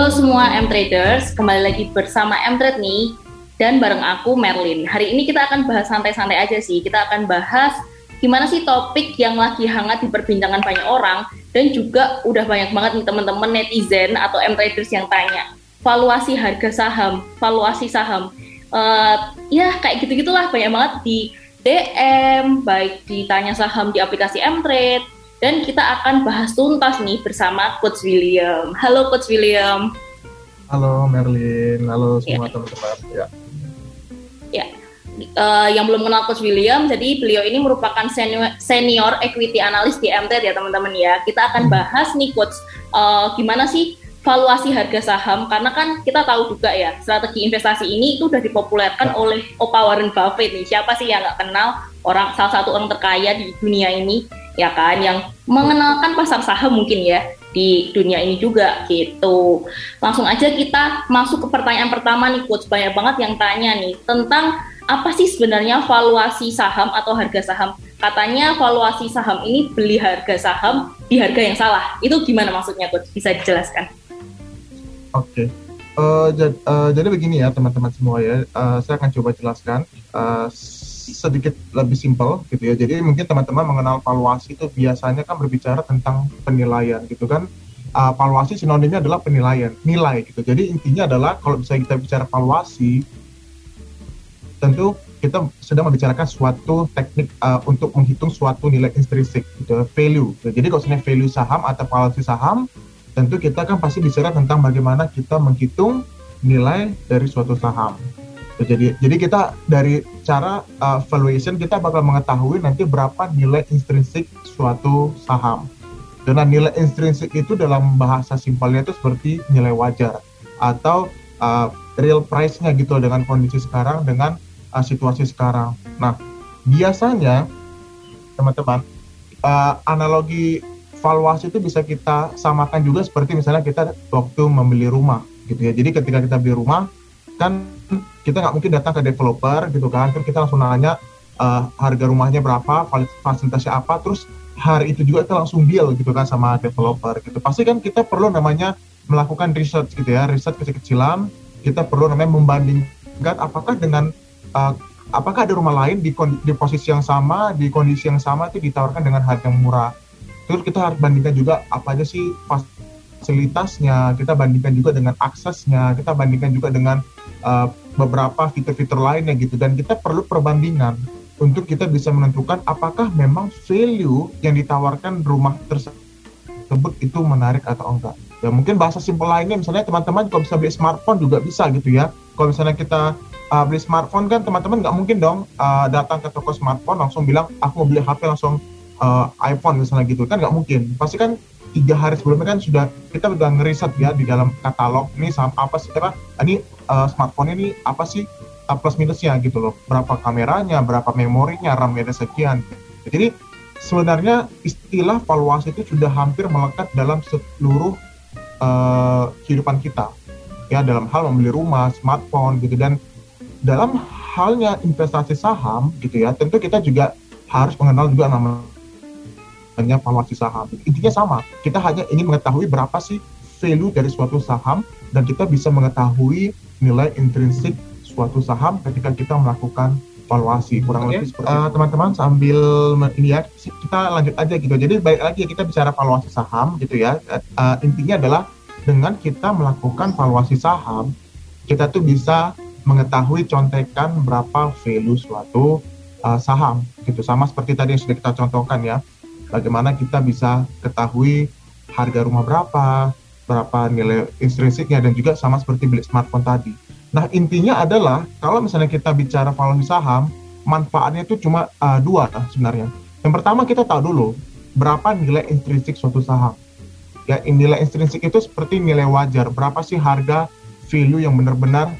Halo semua M-Traders, kembali lagi bersama M-Trade nih, dan bareng aku Merlin. Hari ini kita akan bahas santai-santai aja sih, kita akan bahas gimana sih topik yang lagi hangat diperbincangkan banyak orang, dan juga udah banyak banget nih teman-teman netizen atau M-Traders yang tanya, valuasi harga saham, valuasi saham. Ya kayak gitu-gitulah, banyak banget di DM, baik ditanya saham di aplikasi M-Trade, dan kita akan bahas tuntas nih bersama Coach William. Halo Coach William. Halo Merlin, halo Ya, semua teman-teman. Ya, ya. Yang belum kenal Coach William, jadi beliau ini merupakan senior equity analyst di M-Trade ya teman-teman ya. Kita akan bahas nih Coach, gimana sih valuasi harga saham, karena kan kita tahu juga ya, strategi investasi ini itu udah dipopulerkan oleh Opa Warren Buffett nih. Siapa sih yang nggak kenal salah satu orang terkaya di dunia ini, ya kan, yang mengenalkan pasar saham mungkin ya di dunia ini juga gitu. Langsung aja kita masuk ke pertanyaan pertama nih Coach. Banyak banget yang tanya nih tentang apa sih sebenarnya valuasi saham atau harga saham. Katanya valuasi saham ini beli harga saham di harga yang salah. Itu gimana maksudnya Coach? Bisa dijelaskan? oke. Jadi begini ya teman-teman semua ya. Saya akan coba jelaskan sedikit lebih simpel gitu ya. Jadi mungkin teman-teman mengenal valuasi itu biasanya kan berbicara tentang penilaian gitu kan. Valuasi sinonimnya adalah penilaian, nilai gitu. Jadi intinya adalah kalau bisa kita bicara valuasi, tentu kita sedang membicarakan suatu teknik untuk menghitung suatu nilai intrinsik gitu, value. Jadi kalau misalnya value saham atau valuasi saham, tentu kita kan pasti bicara tentang bagaimana kita menghitung nilai dari suatu saham. Jadi kita dari cara valuation kita bakal mengetahui nanti berapa nilai intrinsik suatu saham. Karena nilai intrinsik itu dalam bahasa simpelnya itu seperti nilai wajar atau real price-nya gitu dengan kondisi sekarang, dengan situasi sekarang. Nah, biasanya teman-teman analogi valuasi itu bisa kita samakan juga seperti misalnya kita waktu membeli rumah gitu ya. Jadi ketika kita beli rumah kan kita nggak mungkin datang ke developer gitu kan kita langsung nanya harga rumahnya berapa, fasilitasnya apa, terus hari itu juga kita langsung deal gitu kan sama developer gitu. Pasti kan kita perlu namanya melakukan research gitu ya, riset kecil-kecilan. Kita perlu namanya membandingkan apakah ada rumah lain di posisi yang sama, di kondisi yang sama itu ditawarkan dengan harga yang murah. Terus kita harus bandingkan juga apa aja sih fasilitasnya, kita bandingkan juga dengan aksesnya, kita bandingkan juga dengan beberapa fitur-fitur lainnya gitu. Dan kita perlu perbandingan untuk kita bisa menentukan apakah memang value yang ditawarkan rumah tersebut itu menarik atau enggak. Ya mungkin bahasa simpel lainnya misalnya teman-teman kalau bisa beli smartphone juga bisa gitu ya. Kalau misalnya kita beli smartphone kan teman-teman nggak mungkin dong datang ke toko smartphone langsung bilang aku mau beli HP langsung iPhone misalnya gitu kan, nggak mungkin. Pasti kan 3 hari sebelumnya kan kita udah ngeriset ya di dalam katalog ini saham apa sih, ini smartphone ini apa sih plus minusnya gitu loh, berapa kameranya, berapa memorinya, RAM-nya sekian. Jadi sebenarnya istilah valuasi itu sudah hampir melekat dalam seluruh kehidupan kita ya, dalam hal membeli rumah, smartphone gitu. Dan dalam halnya investasi saham gitu ya, tentu kita juga harus mengenal juga namanya valuasi saham. Intinya sama, kita hanya ingin mengetahui berapa sih value dari suatu saham, dan kita bisa mengetahui nilai intrinsik suatu saham ketika kita melakukan valuasi. Kurang lebih seperti itu. Teman-teman sambil ini ya, kita lanjut aja gitu. Jadi balik lagi kita bicara valuasi saham gitu ya. Intinya adalah dengan kita melakukan valuasi saham, kita tuh bisa mengetahui contekan berapa value suatu saham gitu. Sama seperti tadi yang sudah kita contohkan ya, bagaimana kita bisa ketahui harga rumah berapa nilai intrinsiknya, dan juga sama seperti beli smartphone tadi. Nah intinya adalah kalau misalnya kita bicara valuasi saham, manfaatnya itu cuma 2 sebenarnya. Yang pertama kita tahu dulu berapa nilai intrinsik suatu saham. Ya, nilai intrinsik itu seperti nilai wajar, berapa sih harga value yang benar-benar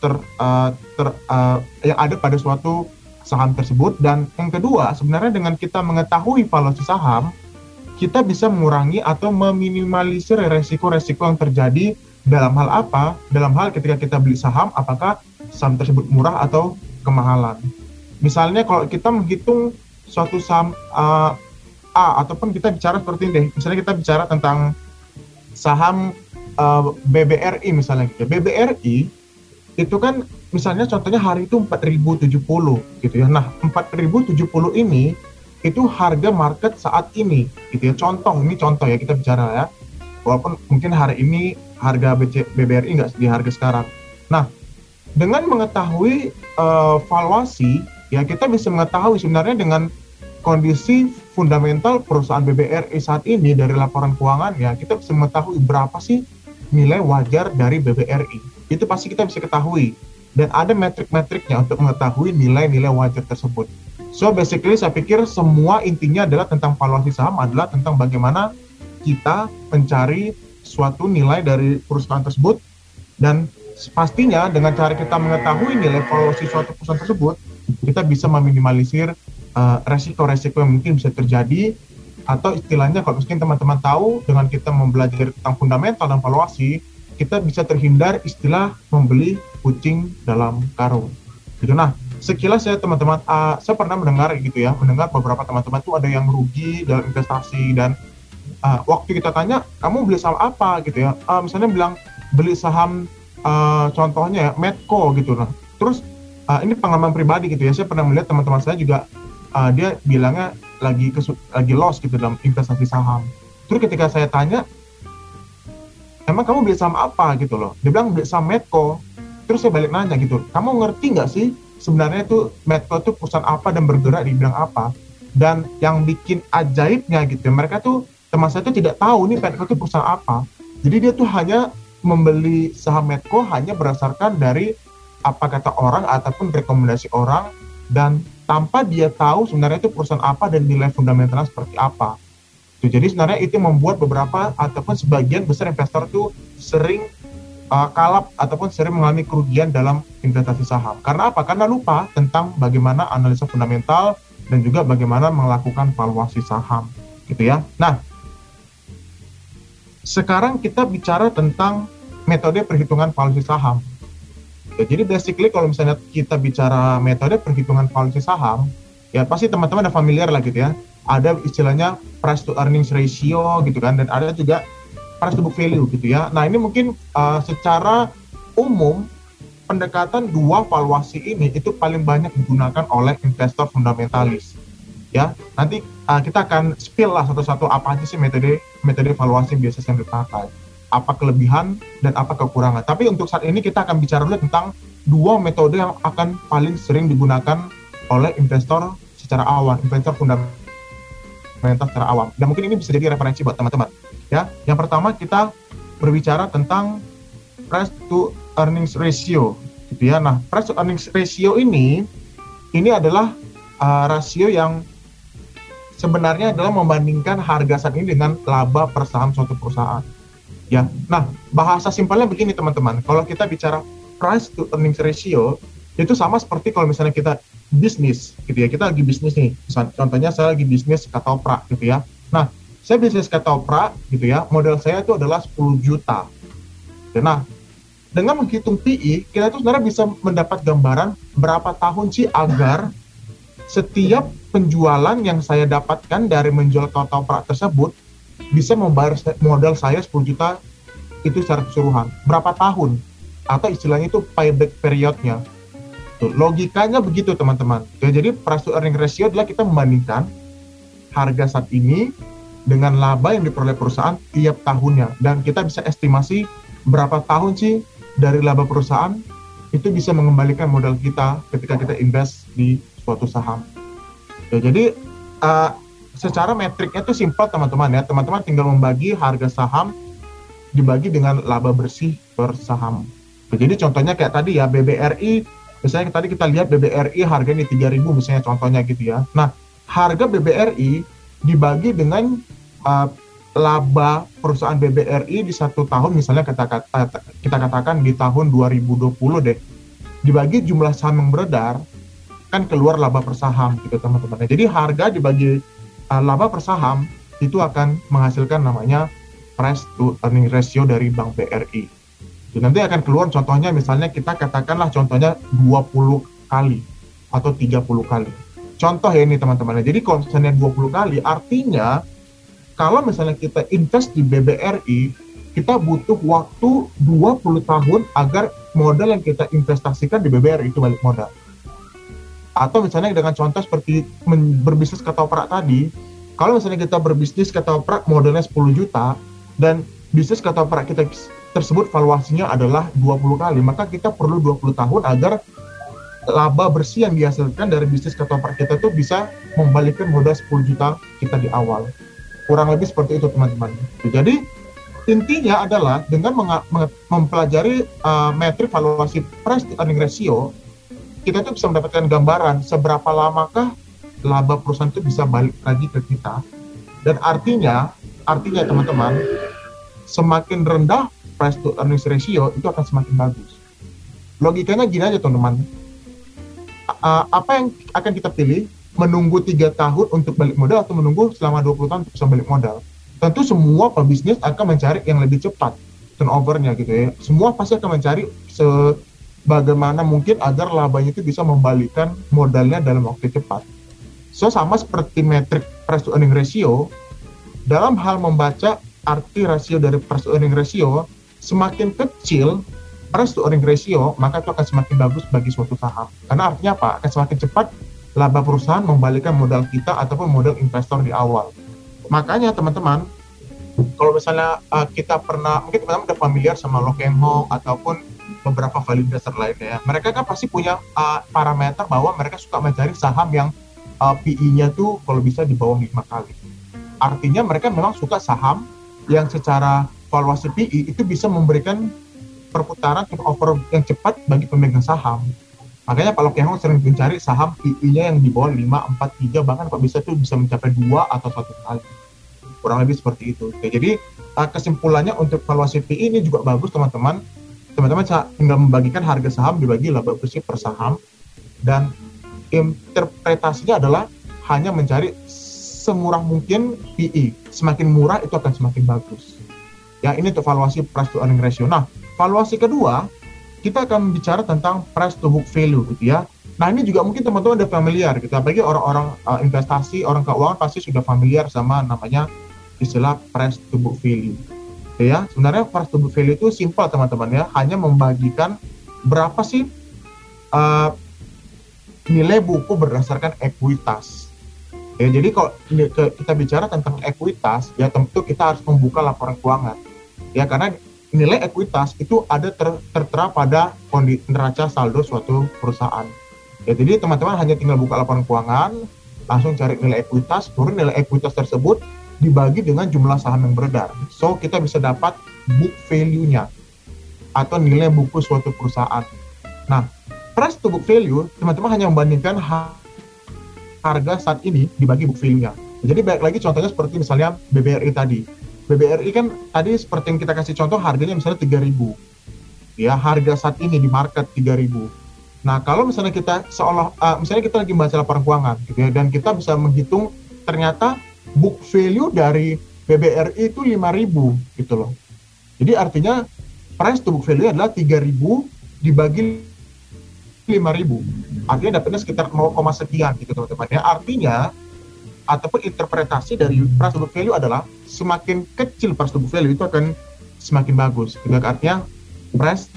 yang ada pada suatu saham tersebut. Dan yang kedua, sebenarnya dengan kita mengetahui valuasi saham, kita bisa mengurangi atau meminimalisir resiko-resiko yang terjadi dalam hal apa? Dalam hal ketika kita beli saham, apakah saham tersebut murah atau kemahalan. Misalnya kalau kita menghitung suatu saham ataupun kita bicara seperti ini deh, misalnya kita bicara tentang saham BBRI misalnya gitu. BBRI itu kan misalnya contohnya hari itu 4.070 gitu ya. Nah, 4.070 ini itu harga market saat ini gitu ya. Ini contoh ya kita bicara ya. Walaupun mungkin hari ini harga BBRI nggak di harga sekarang. Nah, dengan mengetahui valuasi ya kita bisa mengetahui sebenarnya dengan kondisi fundamental perusahaan BBRI saat ini dari laporan keuangannya, kita bisa mengetahui berapa sih nilai wajar dari BBRI. Itu pasti kita bisa ketahui. Dan ada metrik-metriknya untuk mengetahui nilai-nilai wajar tersebut. So basically saya pikir semua intinya adalah tentang valuasi saham, adalah tentang bagaimana kita mencari suatu nilai dari perusahaan tersebut, dan pastinya dengan cara kita mengetahui nilai valuasi suatu perusahaan tersebut, kita bisa meminimalisir resiko-resiko yang mungkin bisa terjadi, atau istilahnya kalau mungkin teman-teman tahu dengan kita mempelajari tentang fundamental dan valuasi, kita bisa terhindar istilah membeli kucing dalam karung. Gitu. Nah, sekilas ya teman-teman, saya pernah mendengar beberapa teman-teman tuh ada yang rugi dalam investasi, dan waktu kita tanya, kamu beli saham apa gitu ya, misalnya bilang beli saham contohnya ya, Medco gitu. Nah, terus ini pengalaman pribadi gitu ya, saya pernah melihat teman-teman saya juga dia bilangnya lagi loss gitu dalam investasi saham. Terus ketika saya tanya, emang kamu beli saham apa gitu loh, dia bilang beli saham Medco. Terus saya balik nanya gitu, kamu ngerti nggak sih sebenarnya itu Medco itu perusahaan apa dan bergerak di bidang apa? Dan yang bikin ajaibnya gitu, mereka tuh, teman saya tuh tidak tahu nih Medco itu perusahaan apa. Jadi dia tuh hanya membeli saham Medco hanya berdasarkan dari apa kata orang ataupun rekomendasi orang, dan tanpa dia tahu sebenarnya itu perusahaan apa dan nilai fundamentalnya seperti apa. Jadi sebenarnya itu membuat beberapa ataupun sebagian besar investor itu sering kalap ataupun sering mengalami kerugian dalam investasi saham. Karena apa? Karena lupa tentang bagaimana analisa fundamental dan juga bagaimana melakukan valuasi saham, gitu ya. Nah, sekarang kita bicara tentang metode perhitungan valuasi saham. Ya, jadi basically kalau misalnya kita bicara metode perhitungan valuasi saham, ya pasti teman-teman udah familiar lah gitu ya. Ada istilahnya price to earnings ratio gitu kan, dan ada juga price to book value gitu ya. Nah ini mungkin secara umum pendekatan dua valuasi ini itu paling banyak digunakan oleh investor fundamentalis. Ya, nanti kita akan spill lah satu-satu apa aja sih metode valuasi biasa yang dipakai, apa kelebihan dan apa kekurangan. Tapi untuk saat ini kita akan bicara dulu tentang dua metode yang akan paling sering digunakan oleh investor secara awam, investor fundamental secara awam. Dan mungkin ini bisa jadi referensi buat teman-teman. Ya, yang pertama kita berbicara tentang price to earnings ratio, gitu ya. Nah, price to earnings ratio ini adalah rasio yang sebenarnya adalah membandingkan harga saat ini dengan laba per saham suatu perusahaan. Ya, nah bahasa simpelnya begini teman-teman. Kalau kita bicara price to earnings ratio, itu sama seperti kalau misalnya kita bisnis, gitu ya. Kita lagi bisnis nih. Contohnya saya lagi bisnis ketoprak, gitu ya. Nah, saya bisnis ketoprak, gitu ya. Modal saya itu adalah 10 juta. Nah, dengan menghitung PI, kita itu sebenarnya bisa mendapat gambaran berapa tahun sih agar setiap penjualan yang saya dapatkan dari menjual ketoprak tersebut bisa membayar modal saya 10 juta itu secara keseluruhan. Berapa tahun? Atau istilahnya itu payback periodnya. Tuh, logikanya begitu teman-teman. Jadi price to earning ratio adalah kita membandingkan harga saat ini dengan laba yang diperoleh perusahaan tiap tahunnya. Dan kita bisa estimasi berapa tahun sih dari laba perusahaan itu bisa mengembalikan modal kita ketika kita invest di suatu saham. Ya, jadi secara metriknya itu simpel teman-teman ya. Teman-teman tinggal membagi harga saham dibagi dengan laba bersih per saham. Ya, jadi contohnya kayak tadi ya BBRI, misalnya tadi kita lihat BBRI harganya 3.000 misalnya contohnya gitu ya. Nah, harga BBRI dibagi dengan laba perusahaan BBRI di satu tahun, misalnya kita katakan di tahun 2020 deh, dibagi jumlah saham yang beredar, kan keluar laba per saham gitu teman-teman. Jadi harga dibagi laba per saham itu akan menghasilkan namanya price to earning ratio dari Bank BRI. Jadi nanti akan keluar contohnya, misalnya kita katakanlah contohnya 20 kali atau 30 kali. Contoh ya ini teman-teman. Jadi kalau misalnya 20 kali, artinya kalau misalnya kita invest di BBRI, kita butuh waktu 20 tahun agar modal yang kita investasikan di BBRI itu balik modal. Atau misalnya dengan contoh seperti berbisnis ketoprak tadi, kalau misalnya kita berbisnis ketoprak modalnya 10 juta dan bisnis ketoprak kita tersebut valuasinya adalah 20 kali, maka kita perlu 20 tahun agar laba bersih yang dihasilkan dari bisnis ketoprak kita itu bisa membalikkan modal 10 juta kita di awal. Kurang lebih seperti itu teman-teman. Jadi intinya adalah dengan mempelajari metrik valuasi price to earning ratio, kita tuh bisa mendapatkan gambaran seberapa lamakah laba perusahaan itu bisa balik lagi ke kita. Dan artinya teman-teman, semakin rendah price to earning ratio itu akan semakin bagus. Logikanya gini aja teman-teman. Apa yang akan kita pilih? Menunggu 3 tahun untuk balik modal atau menunggu selama 20 tahun untuk bisa balik modal? Tentu semua pebisnis akan mencari yang lebih cepat turnover-nya gitu ya. Semua pasti akan mencari sebagaimana mungkin agar labanya itu bisa membalikkan modalnya dalam waktu cepat. So sama seperti metrik price to earning ratio, dalam hal membaca arti rasio dari price to earning ratio, semakin kecil price to earning ratio, maka itu akan semakin bagus bagi suatu saham. Karena artinya apa? Akan semakin cepat laba perusahaan membalikkan modal kita ataupun modal investor di awal. Makanya teman-teman, kalau misalnya kita mungkin teman-teman udah familiar sama Lock and Hole ataupun beberapa value investor lainnya ya, mereka kan pasti punya parameter bahwa mereka suka mencari saham yang PE-nya tuh kalau bisa di bawah 5 kali. Artinya mereka memang suka saham yang secara valuasi PE itu bisa memberikan perputaran turnover yang cepat bagi pemegang saham. Makanya Pak Lock and Hole sering mencari saham PE-nya yang di bawah 5, 4, 3, bahkan kalau bisa tuh bisa mencapai 2 atau 1 kali. Kurang lebih seperti itu. Oke, jadi kesimpulannya untuk valuasi PE ini juga bagus teman-teman. Teman-teman tinggal membagikan harga saham dibagi laba bersih per saham, dan interpretasinya adalah hanya mencari semurah mungkin PE. Semakin murah itu akan semakin bagus. Ya, ini untuk valuasi price to earning ratio. Nah, valuasi kedua, kita akan bicara tentang price to book value gitu ya. Nah, ini juga mungkin teman-teman udah familiar gitu. Bagi orang-orang investasi, orang keuangan pasti sudah familiar sama namanya istilah price to book value. Ya, sebenarnya price to book value itu simpel teman-teman ya, hanya membagikan berapa sih nilai buku berdasarkan ekuitas. Ya, jadi kalau kita bicara tentang ekuitas, ya tentu kita harus membuka laporan keuangan. Ya, karena nilai ekuitas itu ada tertera pada neraca saldo suatu perusahaan. Ya, jadi teman-teman hanya tinggal buka laporan keuangan, langsung cari nilai ekuitas, kemudian nilai ekuitas tersebut dibagi dengan jumlah saham yang beredar. So, kita bisa dapat book value-nya atau nilai buku suatu perusahaan. Nah, price to book value, teman-teman hanya membandingkan harga saat ini dibagi book value-nya. Jadi baik lagi contohnya seperti misalnya BBRI tadi. BBRI kan tadi seperti yang kita kasih contoh harganya misalnya 3.000. Ya, harga saat ini di market 3.000. Nah, kalau misalnya kita misalnya kita lagi membaca laporan keuangan gitu ya, dan kita bisa menghitung ternyata book value dari BBRI itu 5.000 gitu loh. Jadi artinya price to book value adalah 3.000 dibagi 5.000. Artinya dapatnya sekitar 0, sekian gitu teman-teman ya. Artinya ataupun interpretasi dari price to book value adalah semakin kecil price to book value itu akan semakin bagus. Gitu. Artinya price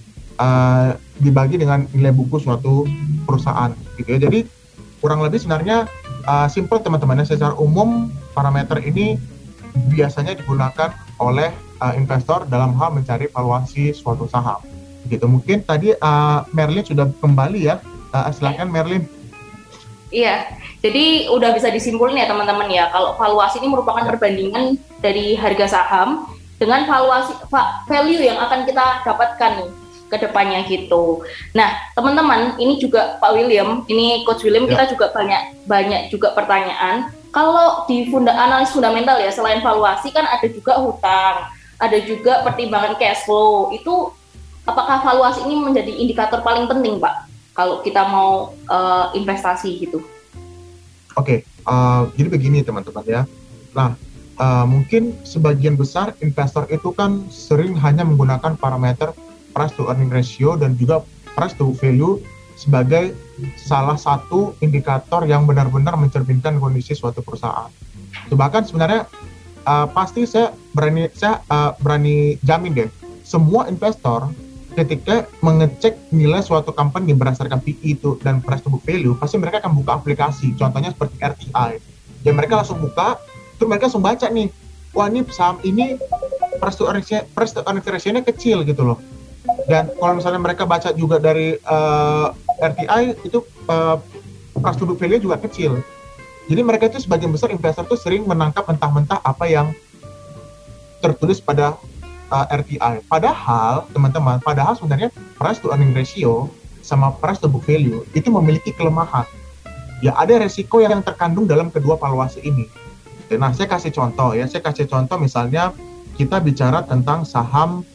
dibagi dengan nilai buku suatu perusahaan gitu ya. Jadi kurang lebih sebenarnya simple teman-teman. Secara umum parameter ini biasanya digunakan oleh investor dalam hal mencari valuasi suatu saham. Gitu. Mungkin tadi Merlin sudah kembali ya. Silakan Merlin. Iya, jadi udah bisa disimpulin ya teman-teman ya, kalau valuasi ini merupakan perbandingan dari harga saham dengan valuasi value yang akan kita dapatkan nih ke depannya gitu. Nah, teman-teman, ini juga Pak William, ini Coach William, kita juga banyak juga pertanyaan. Kalau di analis fundamental ya, selain valuasi kan ada juga hutang, ada juga pertimbangan cash flow. Itu apakah valuasi ini menjadi indikator paling penting, Pak? Kalau kita mau investasi gitu. Oke, jadi begini teman-teman ya. Nah, mungkin sebagian besar investor itu kan sering hanya menggunakan parameter price to earning ratio dan juga price to value sebagai salah satu indikator yang benar-benar mencerminkan kondisi suatu perusahaan. Bahkan sebenarnya pasti saya berani jamin deh, semua investor ketika mengecek nilai suatu company berdasarkan PE itu dan price to book value, pasti mereka akan buka aplikasi, contohnya seperti RTI. Ya mereka langsung buka, terus mereka langsung baca nih, wah ini saham ini price to earnings ratio-nya kecil gitu loh. Dan kalau misalnya mereka baca juga dari RTI, itu price to book value juga kecil. Jadi mereka itu sebagian besar investor tuh sering menangkap mentah-mentah apa yang tertulis pada RTI. Padahal teman-teman, sebenarnya price to earning ratio sama price to book value itu memiliki kelemahan. Ya ada resiko yang terkandung dalam kedua valuasi ini. Nah saya kasih contoh ya, misalnya kita bicara tentang saham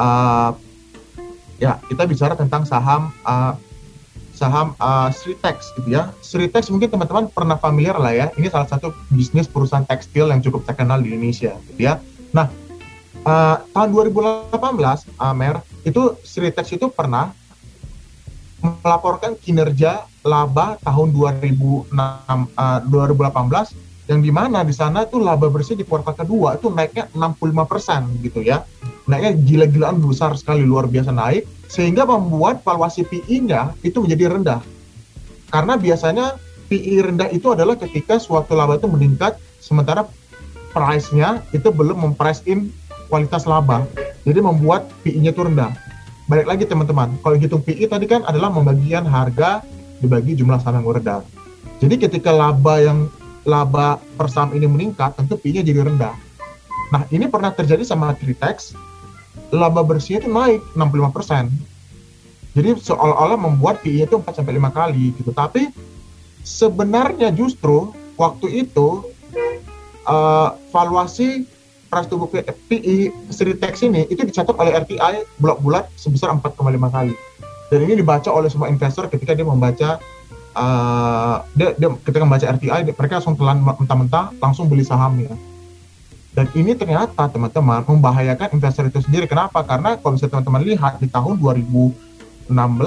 Sritex gitu ya. Sritex mungkin teman-teman pernah familiar lah ya. Ini salah satu bisnis perusahaan tekstil yang cukup terkenal di Indonesia gitu ya. Nah, tahun 2018 Mer, itu Sritex itu pernah melaporkan kinerja laba tahun 2018 yang dimana di sana tuh laba bersih di kuartal kedua itu naiknya 65% gitu ya. Naiknya gila-gilaan besar sekali, luar biasa naik, sehingga membuat valuasi PE-nya itu menjadi rendah. Karena biasanya PE rendah itu adalah ketika suatu laba itu meningkat, sementara price-nya itu belum memprice in kualitas laba. Jadi membuat PE-nya itu rendah. Balik lagi teman-teman, kalau hitung PE tadi kan adalah pembagian harga dibagi jumlah saham yang beredar. Jadi ketika laba per saham ini meningkat, tentu PE-nya jadi rendah. Nah, ini pernah terjadi sama Sritex, laba bersihnya itu naik 65%. Jadi seolah-olah membuat PE-nya itu 4-5 kali gitu. Tapi sebenarnya justru waktu itu valuasi price to book PE Sritex ini itu dicatat oleh RTI blok bulat sebesar 4,5 kali. Dan ini dibaca oleh semua investor ketika dia membaca ketika membaca RTI, mereka langsung telan mentah-mentah langsung beli sahamnya. Dan ini ternyata teman-teman membahayakan investor itu sendiri. Kenapa? Karena kalau misalnya teman-teman lihat di tahun 2018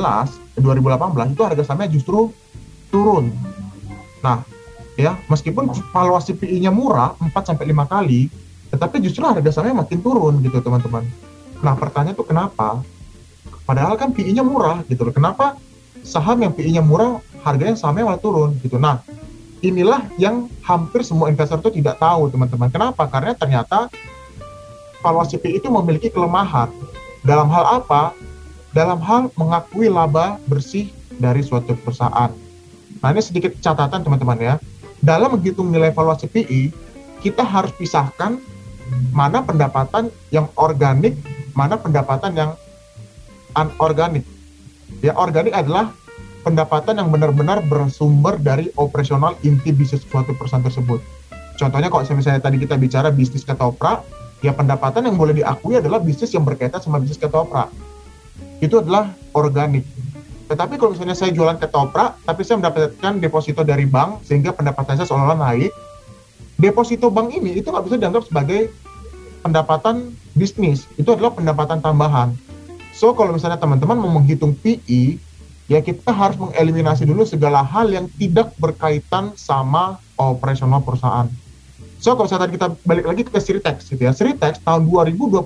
itu harga sahamnya justru turun. Nah, ya meskipun valuasi PE-nya murah 4-5 kali, tetapi justru harga sahamnya makin turun gitu teman-teman. Nah pertanyaan itu kenapa? Padahal kan PE-nya murah gitu loh. Kenapa saham yang PE-nya murah harganya sahamnya malah turun gitu? Nah inilah yang hampir semua investor itu tidak tahu teman-teman. Kenapa? Karena ternyata valuasi PE itu memiliki kelemahan. Dalam hal apa? Dalam hal mengakui laba bersih dari suatu perusahaan. Nah ini sedikit catatan teman-teman ya. Dalam menghitung nilai valuasi PE, kita harus pisahkan mana pendapatan yang organik, mana pendapatan yang anorganik. Ya, organik adalah pendapatan yang benar-benar bersumber dari operasional inti bisnis suatu perusahaan tersebut. Contohnya kalau misalnya tadi kita bicara bisnis ketoprak, ya pendapatan yang boleh diakui adalah bisnis yang berkaitan sama bisnis ketoprak. Itu adalah organik. Tetapi kalau misalnya saya jualan ketoprak, tapi saya mendapatkan deposito dari bank, sehingga pendapatan saya seolah-olah naik, deposito bank ini itu nggak bisa dianggap sebagai pendapatan bisnis, itu adalah pendapatan tambahan. So kalau misalnya teman-teman mau menghitung PE, ya kita harus mengeliminasi dulu segala hal yang tidak berkaitan sama operasional perusahaan. So kalau misalnya kita balik lagi ke Sritex gitu ya, Sritex tahun 2018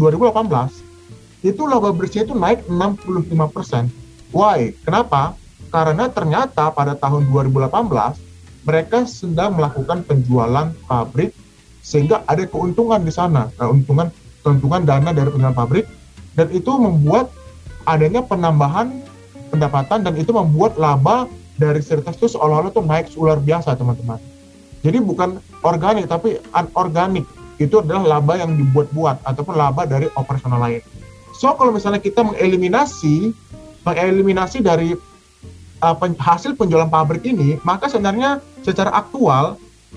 itu laba bersihnya itu naik 65%. Why? Kenapa? Karena ternyata pada tahun 2018 mereka sedang melakukan penjualan pabrik sehingga ada keuntungan di sana, keuntungan dana dari penjualan pabrik, dan itu membuat adanya penambahan pendapatan dan itu membuat laba dari Sritex itu seolah-olah tuh naik luar biasa teman-teman. Jadi bukan organik tapi anorganik, itu adalah laba yang dibuat-buat ataupun laba dari operasional lain. So kalau misalnya kita mengeliminasi dari hasil penjualan pabrik ini, maka sebenarnya secara aktual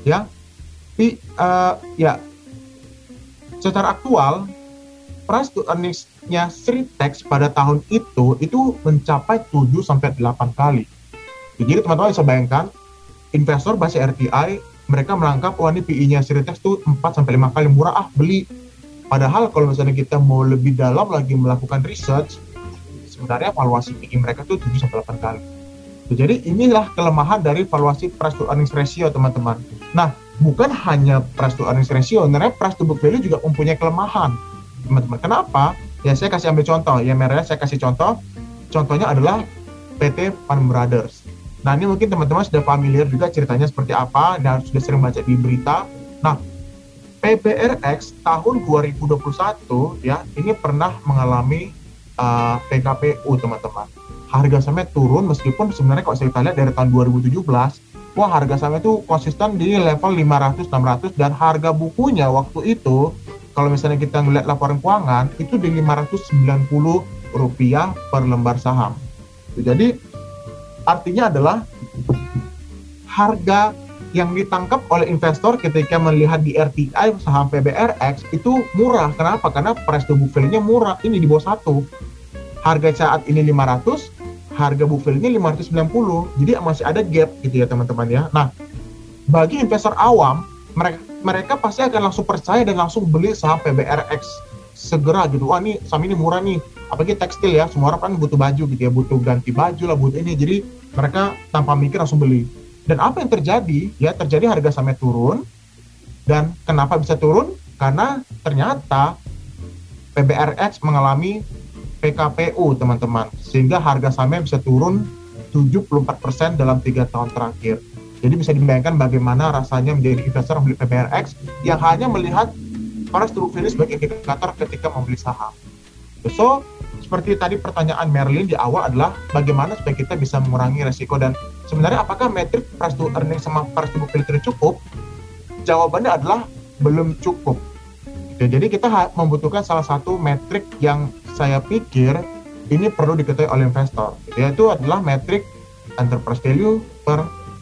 secara aktual price to earnings-nya Sritex pada tahun itu mencapai 7-8 kali. Jadi teman-teman bisa bayangkan, investor baca RTI, mereka menangkap wah ini PE-nya Sritex itu 4-5 kali murah, beli. Padahal kalau misalnya kita mau lebih dalam lagi melakukan research, sebenarnya valuasi PE mereka itu 7-8 kali. Jadi inilah kelemahan dari valuasi price to earnings ratio teman-teman. Nah, bukan hanya price to earnings ratio, sebenarnya price to book value juga mempunyai kelemahan, teman-teman. Kenapa? Ya saya kasih ambil contoh, ya Merah, saya kasih contoh. Contohnya adalah PT Pan Brothers. Nah ini mungkin teman-teman sudah familiar juga ceritanya seperti apa dan sudah sering baca di berita. Nah PBRX tahun 2021 ya ini pernah mengalami PKPU teman-teman. Harga sahamnya turun meskipun sebenarnya kalau kita lihat dari tahun 2017, wah harga sahamnya itu konsisten di level 500-600 dan harga bukunya waktu itu kalau misalnya kita melihat laporan keuangan itu di Rp590 per lembar saham. Jadi artinya adalah harga yang ditangkap oleh investor ketika melihat di RTI saham PBRX itu murah. Kenapa? Karena price to book value-nya murah. Ini di bawah 1. Harga saat ini 500, harga book value-nya 590. Jadi masih ada gap gitu ya teman-teman ya. Nah, bagi investor awam, mereka pasti akan langsung percaya dan langsung beli saham PBRX segera gitu. Wah ini saham ini murah nih. Apalagi tekstil ya, semua orang kan butuh baju gitu ya, butuh ganti baju lah, butuh ini. Jadi mereka tanpa mikir langsung beli. Dan apa yang terjadi? Ya terjadi harga sahamnya turun. Dan kenapa bisa turun? Karena ternyata PBRX mengalami PKPU teman-teman. Sehingga harga sahamnya bisa turun 74% dalam 3 tahun terakhir. Jadi bisa dibayangkan bagaimana rasanya menjadi investor membeli PBRX yang hanya melihat price to book value sebagai indikator ketika membeli saham. So, seperti tadi pertanyaan Merlin di awal adalah bagaimana supaya kita bisa mengurangi resiko dan sebenarnya apakah metrik price to earnings sama price to book value itu cukup? Jawabannya adalah belum cukup. Jadi kita membutuhkan salah satu metrik yang saya pikir ini perlu diketahui oleh investor, yaitu adalah metrik enterprise value per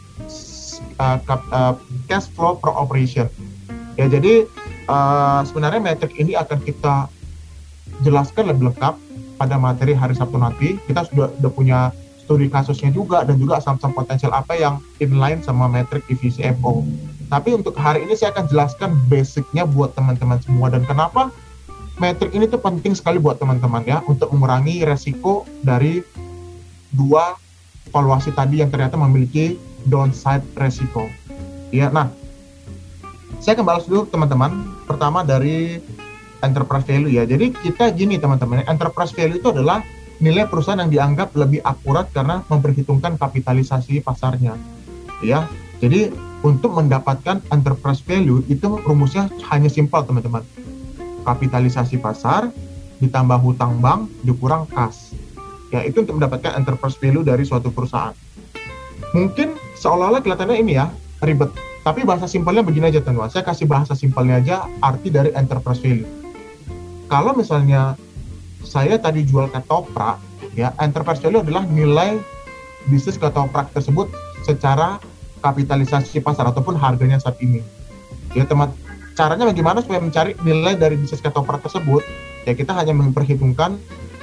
cash flow per operation. Ya jadi sebenarnya metrik ini akan kita jelaskan lebih lengkap pada materi hari Sabtu nanti. Kita sudah punya studi kasusnya juga dan juga saham-saham potensial apa yang inline sama metrik EV CFO. Tapi untuk hari ini saya akan jelaskan basicnya buat teman-teman semua dan kenapa metrik ini tuh penting sekali buat teman-teman ya untuk mengurangi resiko dari dua valuasi tadi yang ternyata memiliki downside resiko. Ya, nah saya akan balas dulu teman-teman. Pertama dari enterprise value ya. Jadi kita gini teman-teman, enterprise value itu adalah nilai perusahaan yang dianggap lebih akurat karena memperhitungkan kapitalisasi pasarnya. Ya. Jadi untuk mendapatkan enterprise value itu rumusnya hanya simpel teman-teman. Kapitalisasi pasar ditambah hutang bank dikurang kas. Ya, itu untuk mendapatkan enterprise value dari suatu perusahaan. Mungkin seolah-olah kelihatannya ini ya ribet. Tapi bahasa simpelnya begini aja teman-teman. Saya kasih bahasa simpelnya aja arti dari enterprise value. Kalau misalnya saya tadi jual ketoprak, ya enterprise value adalah nilai bisnis ketoprak tersebut secara kapitalisasi pasar ataupun harganya saat ini. Ya teman, caranya bagaimana supaya mencari nilai dari bisnis ketoprak tersebut? Ya kita hanya memperhitungkan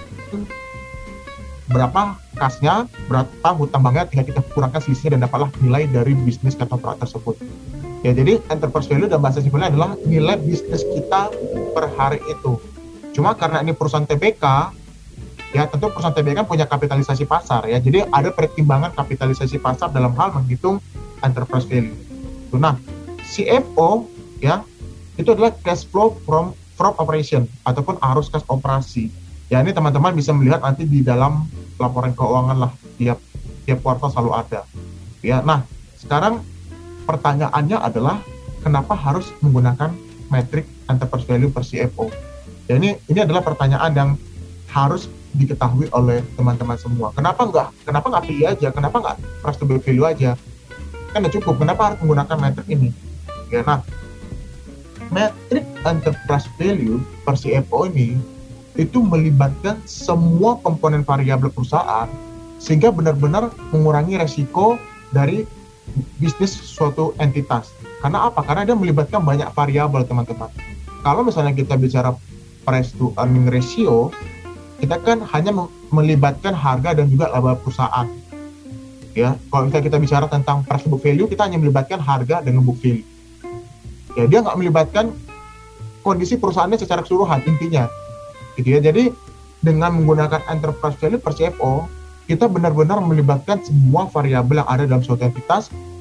berapa kasnya, berapa hutang banknya, tinggal kita kurangkan selisihnya dan dapatlah nilai dari bisnis ketoprak tersebut. Ya jadi enterprise value dan bahasa simpelnya adalah nilai bisnis kita per hari itu. Cuma karena ini perusahaan TBK, ya tentu perusahaan TBK punya kapitalisasi pasar ya. Jadi ada pertimbangan kapitalisasi pasar dalam hal menghitung enterprise value. Nah, CFO ya itu adalah cash flow from operation ataupun arus kas operasi. Ya ini teman-teman bisa melihat nanti di dalam laporan keuangan lah tiap kuartal selalu ada. Ya, nah sekarang pertanyaannya adalah kenapa harus menggunakan metrik enterprise value per CFO? Ya ini adalah pertanyaan yang harus diketahui oleh teman-teman semua. Kenapa nggak PI aja? Kenapa nggak price to book value aja? Kan udah cukup. Kenapa harus menggunakan metrik ini? Ya, nah metrik enterprise value per CFO ini itu melibatkan semua komponen variabel perusahaan sehingga benar-benar mengurangi resiko dari bisnis suatu entitas. Karena apa? Karena dia melibatkan banyak variabel teman-teman. Kalau misalnya kita bicara price to earning ratio, kita kan hanya melibatkan harga dan juga laba perusahaan. Ya, kalau kita bicara tentang price to book value, kita hanya melibatkan harga dan book value. Ya, dia nggak melibatkan kondisi perusahaannya secara keseluruhan intinya. Gitu ya. Jadi dengan menggunakan enterprise value per CFO, kita benar-benar melibatkan semua variabel yang ada dalam suatu entitas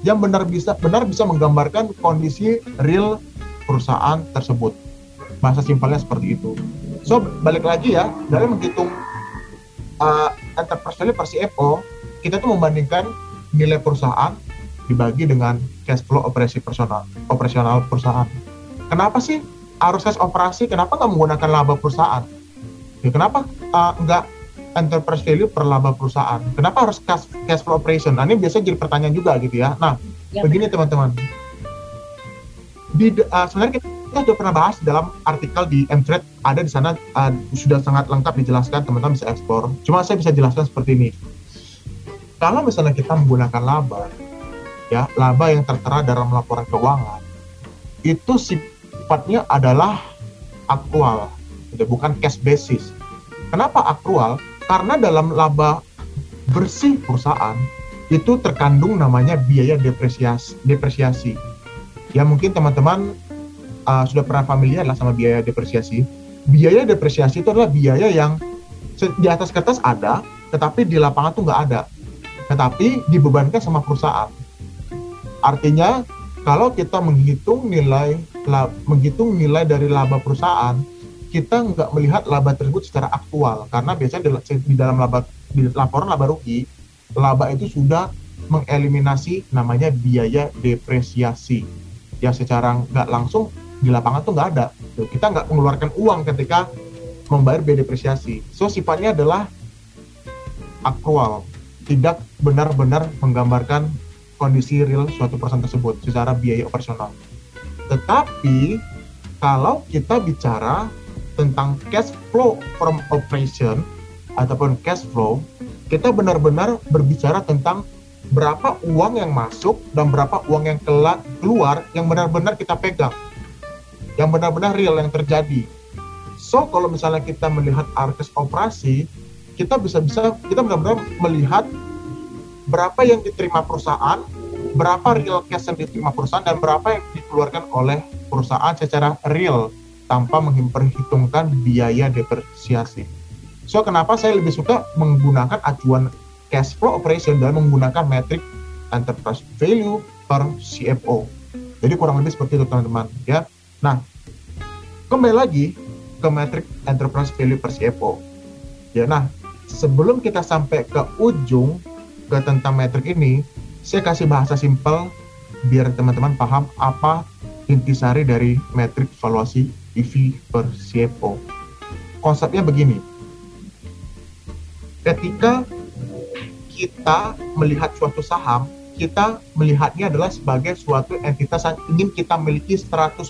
yang benar bisa menggambarkan kondisi real perusahaan tersebut. Bahasa simpelnya seperti itu. So, balik lagi ya, dalam menghitung enterprise value per CFO, kita tuh membandingkan nilai perusahaan dibagi dengan cash flow operasional perusahaan. Kenapa sih harus cash operasi? Kenapa nggak menggunakan laba perusahaan? Ya, kenapa nggak enterprise value per laba perusahaan? Kenapa harus cash flow operation? Nah, ini biasanya jadi pertanyaan juga gitu ya. Nah, ya, begini teman-teman. Sebenarnya kita sudah pernah bahas dalam artikel di Mtrade, ada di sana sudah sangat lengkap dijelaskan, teman-teman bisa eksplor. Cuma saya bisa jelaskan seperti ini. Kalau misalnya kita menggunakan laba, ya laba yang tertera dalam laporan keuangan, itu sifatnya adalah akrual, bukan cash basis. Kenapa akrual? Karena dalam laba bersih perusahaan itu terkandung namanya biaya depresiasi. Ya mungkin teman-teman sudah pernah familiar lah sama biaya depresiasi. Biaya depresiasi itu adalah biaya yang di atas kertas ada, tetapi di lapangan tuh nggak ada. Tetapi dibebankan sama perusahaan. Artinya kalau kita menghitung nilai dari laba perusahaan, kita nggak melihat laba tersebut secara aktual, karena biasanya di dalam laporan laba rugi, laba itu sudah mengeliminasi namanya biaya depresiasi. Ya secara nggak langsung di lapangan tuh nggak ada. Kita nggak mengeluarkan uang ketika membayar biaya depresiasi. So sifatnya adalah akrual, tidak benar-benar menggambarkan kondisi real suatu perusahaan tersebut secara biaya operasional. Tetapi kalau kita bicara tentang cash flow from operation ataupun cash flow, kita benar-benar berbicara tentang berapa uang yang masuk dan berapa uang yang keluar yang benar-benar kita pegang, yang benar-benar real yang terjadi. So kalau misalnya kita melihat arus operasi, kita benar-benar melihat berapa yang diterima perusahaan, berapa real cash yang diterima perusahaan, dan berapa yang dikeluarkan oleh perusahaan secara real tanpa memperhitungkan biaya depresiasi. So kenapa saya lebih suka menggunakan acuan cash flow operation dan menggunakan metrik enterprise value per CFO. Jadi kurang lebih seperti itu teman-teman ya. Nah, kembali lagi ke metrik enterprise value per CFO. Ya, nah sebelum kita sampai ke ujung ke tentang metrik ini, saya kasih bahasa simpel biar teman-teman paham apa intisari dari metrik valuasi EV per CFO. Konsepnya begini. Ketika kita melihat suatu saham, kita melihatnya adalah sebagai suatu entitas yang ingin kita miliki 100%.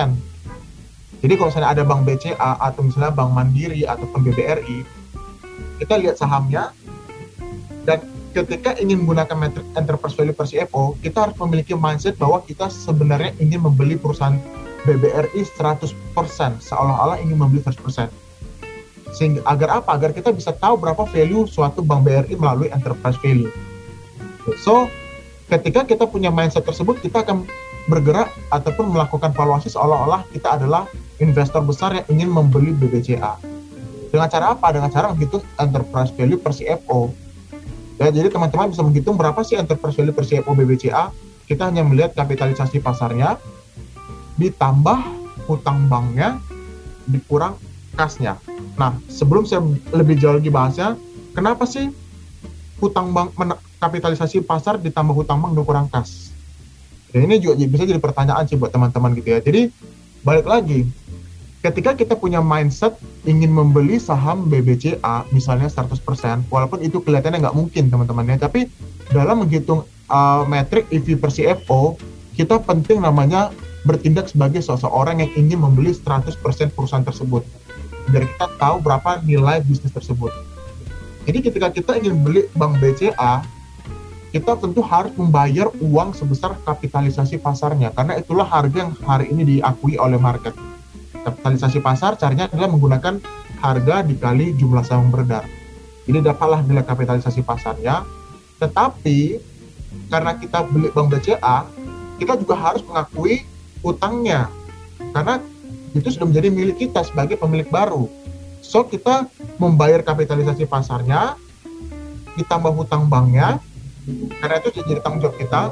Jadi kalau misalnya ada Bank BCA atau misalnya Bank Mandiri ataupun BBRI, kita lihat sahamnya, dan ketika ingin menggunakan metrik enterprise value per CFO, kita harus memiliki mindset bahwa kita sebenarnya ingin membeli perusahaan BBRI 100%, seolah-olah ingin membeli 100%. Sehingga agar apa? Agar kita bisa tahu berapa value suatu Bank BRI melalui enterprise value. So, ketika kita punya mindset tersebut, kita akan bergerak ataupun melakukan valuasi seolah-olah kita adalah investor besar yang ingin membeli BBCA. Dengan cara apa? Dengan cara menghitung enterprise value per CFO. Ya, jadi teman-teman bisa menghitung berapa sih enterprise value per CFO BBCA. Kita hanya melihat kapitalisasi pasarnya, ditambah hutang banknya, dikurang kasnya. Nah, sebelum saya lebih jauh lagi bahasnya, kenapa sih hutang bank kapitalisasi pasar ditambah hutang bank dikurang kas? Dan ini juga bisa jadi pertanyaan sih buat teman-teman gitu ya. Jadi balik lagi, ketika kita punya mindset ingin membeli saham BBCA misalnya 100%, walaupun itu kelihatannya nggak mungkin teman-teman ya, tapi dalam menghitung metrik EV per CFO, kita penting namanya bertindak sebagai seseorang yang ingin membeli 100% perusahaan tersebut. Biar kita tahu berapa nilai bisnis tersebut. Jadi ketika kita ingin beli Bank BCA, kita tentu harus membayar uang sebesar kapitalisasi pasarnya, karena itulah harga yang hari ini diakui oleh market. Kapitalisasi pasar caranya adalah menggunakan harga dikali jumlah saham beredar. Jadi dapatlah nilai kapitalisasi pasarnya. Tetapi karena kita beli Bank BCA, kita juga harus mengakui utangnya, karena itu sudah menjadi milik kita sebagai pemilik baru. So kita membayar kapitalisasi pasarnya, ditambah hutang banknya, karena itu jadi tanggung jawab kita.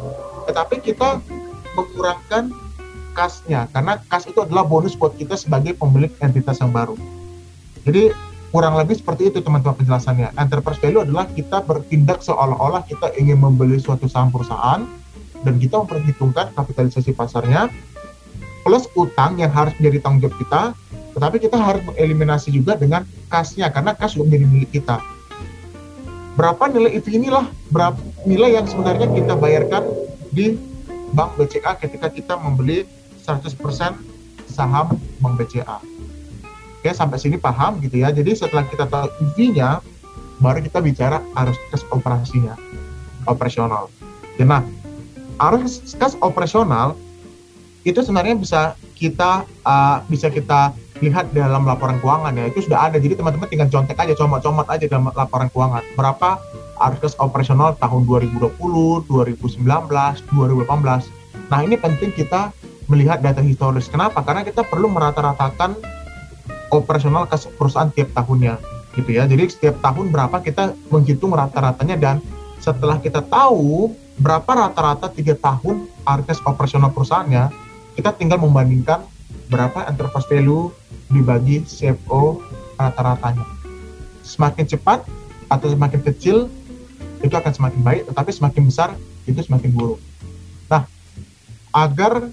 tetapi kita mengurangkan kas-nya, karena kas itu adalah bonus buat kita sebagai pemilik entitas yang baru. Jadi kurang lebih seperti itu teman-teman penjelasannya. Enterprise value adalah kita bertindak seolah-olah kita ingin membeli suatu saham perusahaan dan kita memperhitungkan kapitalisasi pasarnya plus utang yang harus menjadi tanggung jawab kita, tetapi kita harus mengeliminasi juga dengan kas-nya, karena kas juga menjadi milik kita. Berapa nilai EV inilah berapa nilai yang sebenarnya kita bayarkan di Bank BCA ketika kita membeli 100% saham Bank BCA. Oke, sampai sini paham gitu ya. Jadi setelah kita tahu EV-nya, baru kita bicara arus kas operasinya, operasional. Nah, arus kas operasional itu sebenarnya bisa kita lihat dalam laporan keuangan ya. Itu sudah ada. Jadi teman-teman tinggal contek aja, comot-comot aja dalam laporan keuangan. Berapa arus kas operasional tahun 2020, 2019, 2018. Nah, ini penting kita melihat data historis. Kenapa? Karena kita perlu merata-ratakan operasional kas perusahaan tiap tahunnya, gitu ya. Jadi setiap tahun berapa kita menghitung rata-ratanya, dan setelah kita tahu berapa rata-rata 3 tahun arus kas operasional perusahaannya, kita tinggal membandingkan berapa enterprise value dibagi CFO rata-ratanya. Semakin cepat atau semakin kecil itu akan semakin baik, tetapi semakin besar itu semakin buruk. Nah, agar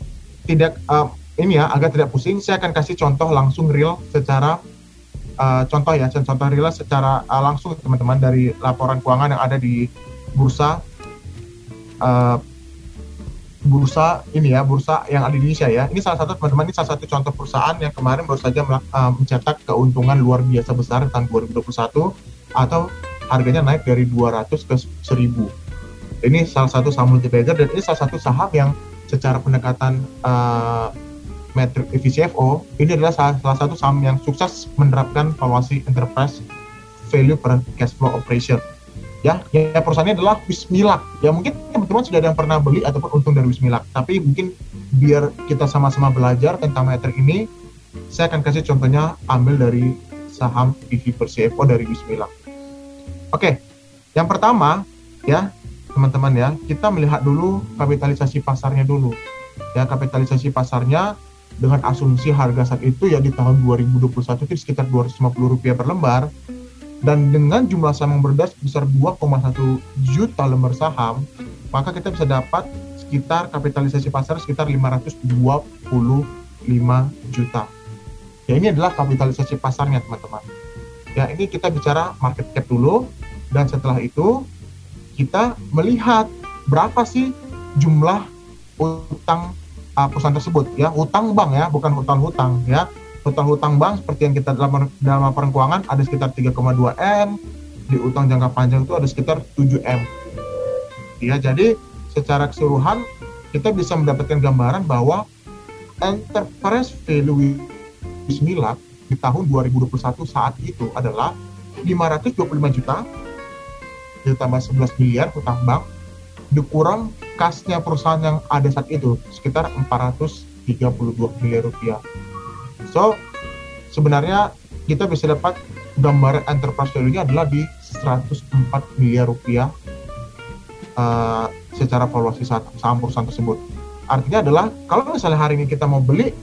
tidak pusing, saya akan kasih contoh langsung real secara contoh real secara langsung teman-teman dari laporan keuangan yang ada di bursa yang ada di Indonesia ya. Ini salah satu teman-teman, ini salah satu contoh perusahaan yang kemarin baru saja mencetak keuntungan luar biasa besar tahun 2021, atau harganya naik dari 200 ke 1000. Ini salah satu saham multi-bagger, dan ini salah satu saham yang secara pendekatan metrik EV/CFO, ini adalah salah satu saham yang sukses menerapkan valuasi enterprise value per cash flow operation. Ya perusahaannya adalah Wismilak. Ya mungkin teman-teman sudah ada yang pernah beli ataupun untung dari Wismilak. Tapi mungkin biar kita sama-sama belajar tentang metrik ini, saya akan kasih contohnya ambil dari saham EV per CFO dari Wismilak. Oke, yang pertama ya teman-teman ya, kita melihat dulu kapitalisasi pasarnya dulu. Ya, kapitalisasi pasarnya dengan asumsi harga saat itu ya di tahun 2021 itu sekitar Rp250 per lembar, dan dengan jumlah saham yang beredar sebesar 2,1 juta lembar saham, maka kita bisa dapat sekitar kapitalisasi pasar sekitar 525 juta. Ya, ini adalah kapitalisasi pasarnya teman-teman. Ya, ini kita bicara market cap dulu, dan setelah itu kita melihat berapa sih jumlah utang perusahaan tersebut ya, utang bank ya, bukan hutang-hutang ya. Hutang bank seperti yang kita dalam laporan keuangan ada sekitar 3,2 M, di utang jangka panjang itu ada sekitar 7 M. Ya, jadi secara keseluruhan kita bisa mendapatkan gambaran bahwa enterprise value Wismilak di tahun 2021 saat itu adalah 525 juta ditambah 11 miliar hutang bank dikurang kasnya perusahaan yang ada saat itu sekitar 432 miliar rupiah. So, sebenarnya kita bisa dapat gambaran enterprise value-nya adalah di 104 miliar rupiah secara valuasi saham perusahaan tersebut. Artinya adalah kalau misalnya hari ini kita mau beli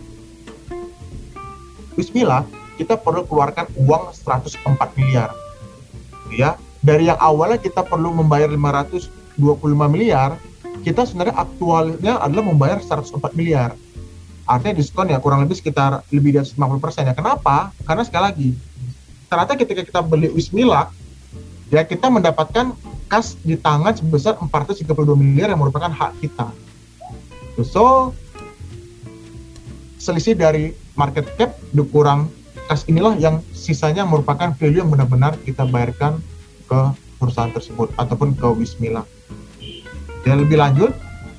Wismilak, kita perlu keluarkan uang 104 miliar. Ya, dari yang awalnya kita perlu membayar 525 miliar, kita sebenarnya aktualnya adalah membayar 104 miliar. Artinya diskon ya kurang lebih sekitar lebih dari 50% ya. Kenapa? Karena sekali lagi, ternyata ketika kita beli Wismilak, ya kita mendapatkan kas di tangan sebesar 432 miliar yang merupakan hak kita. So, selisih dari market cap dikurang kas inilah yang sisanya merupakan value yang benar-benar kita bayarkan ke perusahaan tersebut ataupun ke Wismilak. Dan lebih lanjut,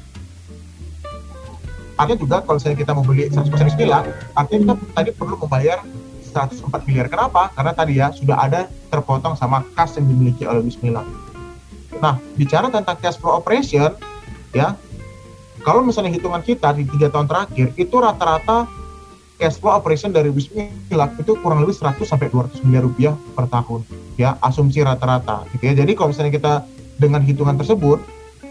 artinya juga kalau misalnya kita mau beli 100% Wismilak, artinya kita tadi perlu membayar 104 miliar. Kenapa? Karena tadi ya sudah ada terpotong sama kas yang dimiliki oleh Wismilak. Nah, bicara tentang cash flow operation, ya, kalau misalnya hitungan kita di 3 tahun terakhir, itu rata-rata cash flow operation dari Wismilak itu kurang lebih 100 sampai 200 miliar rupiah per tahun, ya, asumsi rata-rata gitu ya. Jadi kalau misalnya kita dengan hitungan tersebut,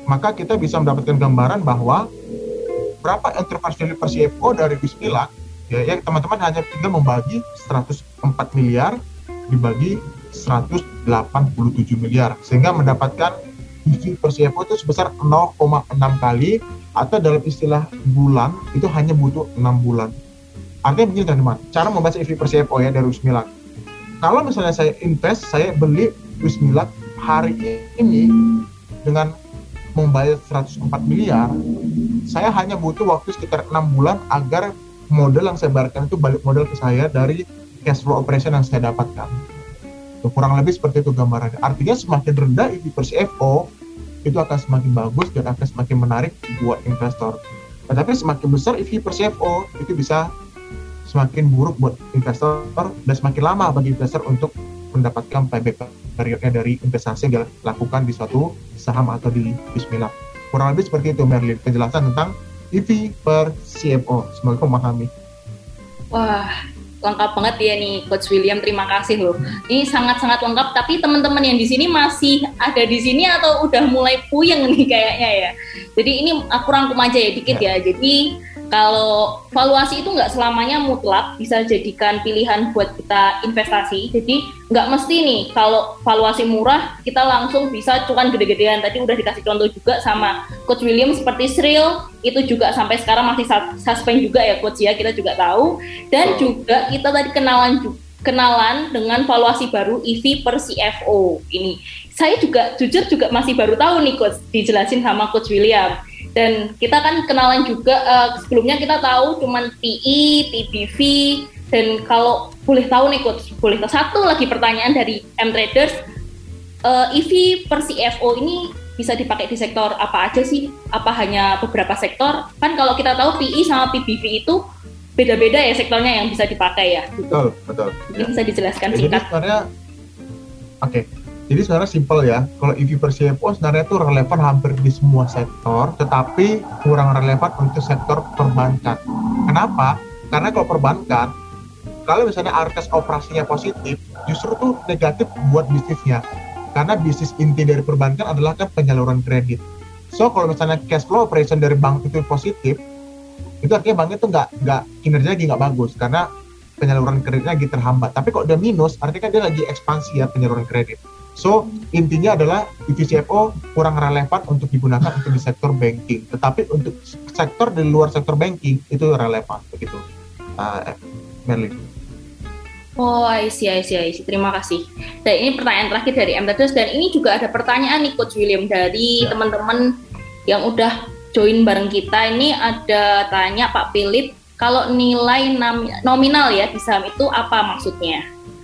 maka kita bisa mendapatkan gambaran bahwa berapa enterprise value per CFO dari Wismilak, ya, yang teman-teman hanya tinggal membagi 104 miliar dibagi 187 miliar, sehingga mendapatkan EV per CFO itu sebesar 0,6 kali, atau dalam istilah bulan itu hanya butuh 6 bulan. Artinya begini teman-teman, cara membaca EV per CFO ya dari Wismilak. Kalau misalnya saya invest, saya beli Wismilak hari ini dengan membayar 104 miliar, saya hanya butuh waktu sekitar 6 bulan agar modal yang saya bayarkan itu balik modal ke saya dari cash flow operation yang saya dapatkan. Tuh, kurang lebih seperti itu gambarannya. Artinya semakin rendah EV per CFO, itu akan semakin bagus dan akan semakin menarik buat investor. Tetapi semakin besar EV per CFO, itu bisa semakin buruk buat investor dan semakin lama bagi investor untuk mendapatkan payback periodnya dari investasi yang dilakukan di suatu saham atau di Wismilak. Kurang lebih seperti itu, Merlin, penjelasan tentang EV per CFO. Semoga memahami. Wah, lengkap banget ya nih Coach William, terima kasih loh. Ini sangat-sangat lengkap, tapi teman-teman yang di sini masih ada di sini atau udah mulai puyeng nih kayaknya ya. Jadi ini aku rangkum aja ya dikit ya. Jadi kalau valuasi itu nggak selamanya mutlak bisa jadikan pilihan buat kita investasi. Jadi nggak mesti nih kalau valuasi murah kita langsung bisa cuan gede-gedean. Tadi udah dikasih contoh juga sama Coach William seperti Sril, itu juga sampai sekarang masih suspend juga ya Coach ya, kita juga tahu. Dan juga kita tadi kenalan dengan valuasi baru EV per CFO ini. Saya juga jujur juga masih baru tahu nih Coach, dijelasin sama Coach William. Dan kita kan kenalan juga, sebelumnya kita tahu cuman PE, PBV, dan kalau boleh tahu nih Coach, boleh satu lagi pertanyaan dari M-Traders, EV per CFO ini bisa dipakai di sektor apa aja sih? Apa hanya beberapa sektor? Kan kalau kita tahu PE sama PBV itu beda-beda ya sektornya yang bisa dipakai ya. Betul. Ini bisa dijelaskan jadi singkat. Sebenarnya, Jadi sebenarnya simple ya, kalau EV per CFO sebenarnya itu relevan hampir di semua sektor, tetapi kurang relevan untuk sektor perbankan. Kenapa? Karena kalau perbankan, kalau misalnya ARKES operasinya positif, justru tuh negatif buat bisnisnya. Karena bisnis inti dari perbankan adalah kan penyaluran kredit. So kalau misalnya cash flow operation dari bank itu positif, itu artinya banknya tuh nggak kinerjanya lagi nggak bagus, karena penyaluran kreditnya lagi terhambat. Tapi kalau udah minus, artinya kan dia lagi ekspansi ya penyaluran kredit. So, intinya adalah EV CFO kurang relevan untuk digunakan untuk di sektor banking. Tetapi untuk sektor di luar sektor banking, itu relevan. Begitu, Merlin. Oh, I see. Terima kasih. Dan ini pertanyaan terakhir dari M-Traders. Dan ini juga ada pertanyaan nih Coach William dari teman-teman yang udah join bareng kita. Ini ada tanya Pak Philip, kalau nilai nominal ya di saham itu apa maksudnya?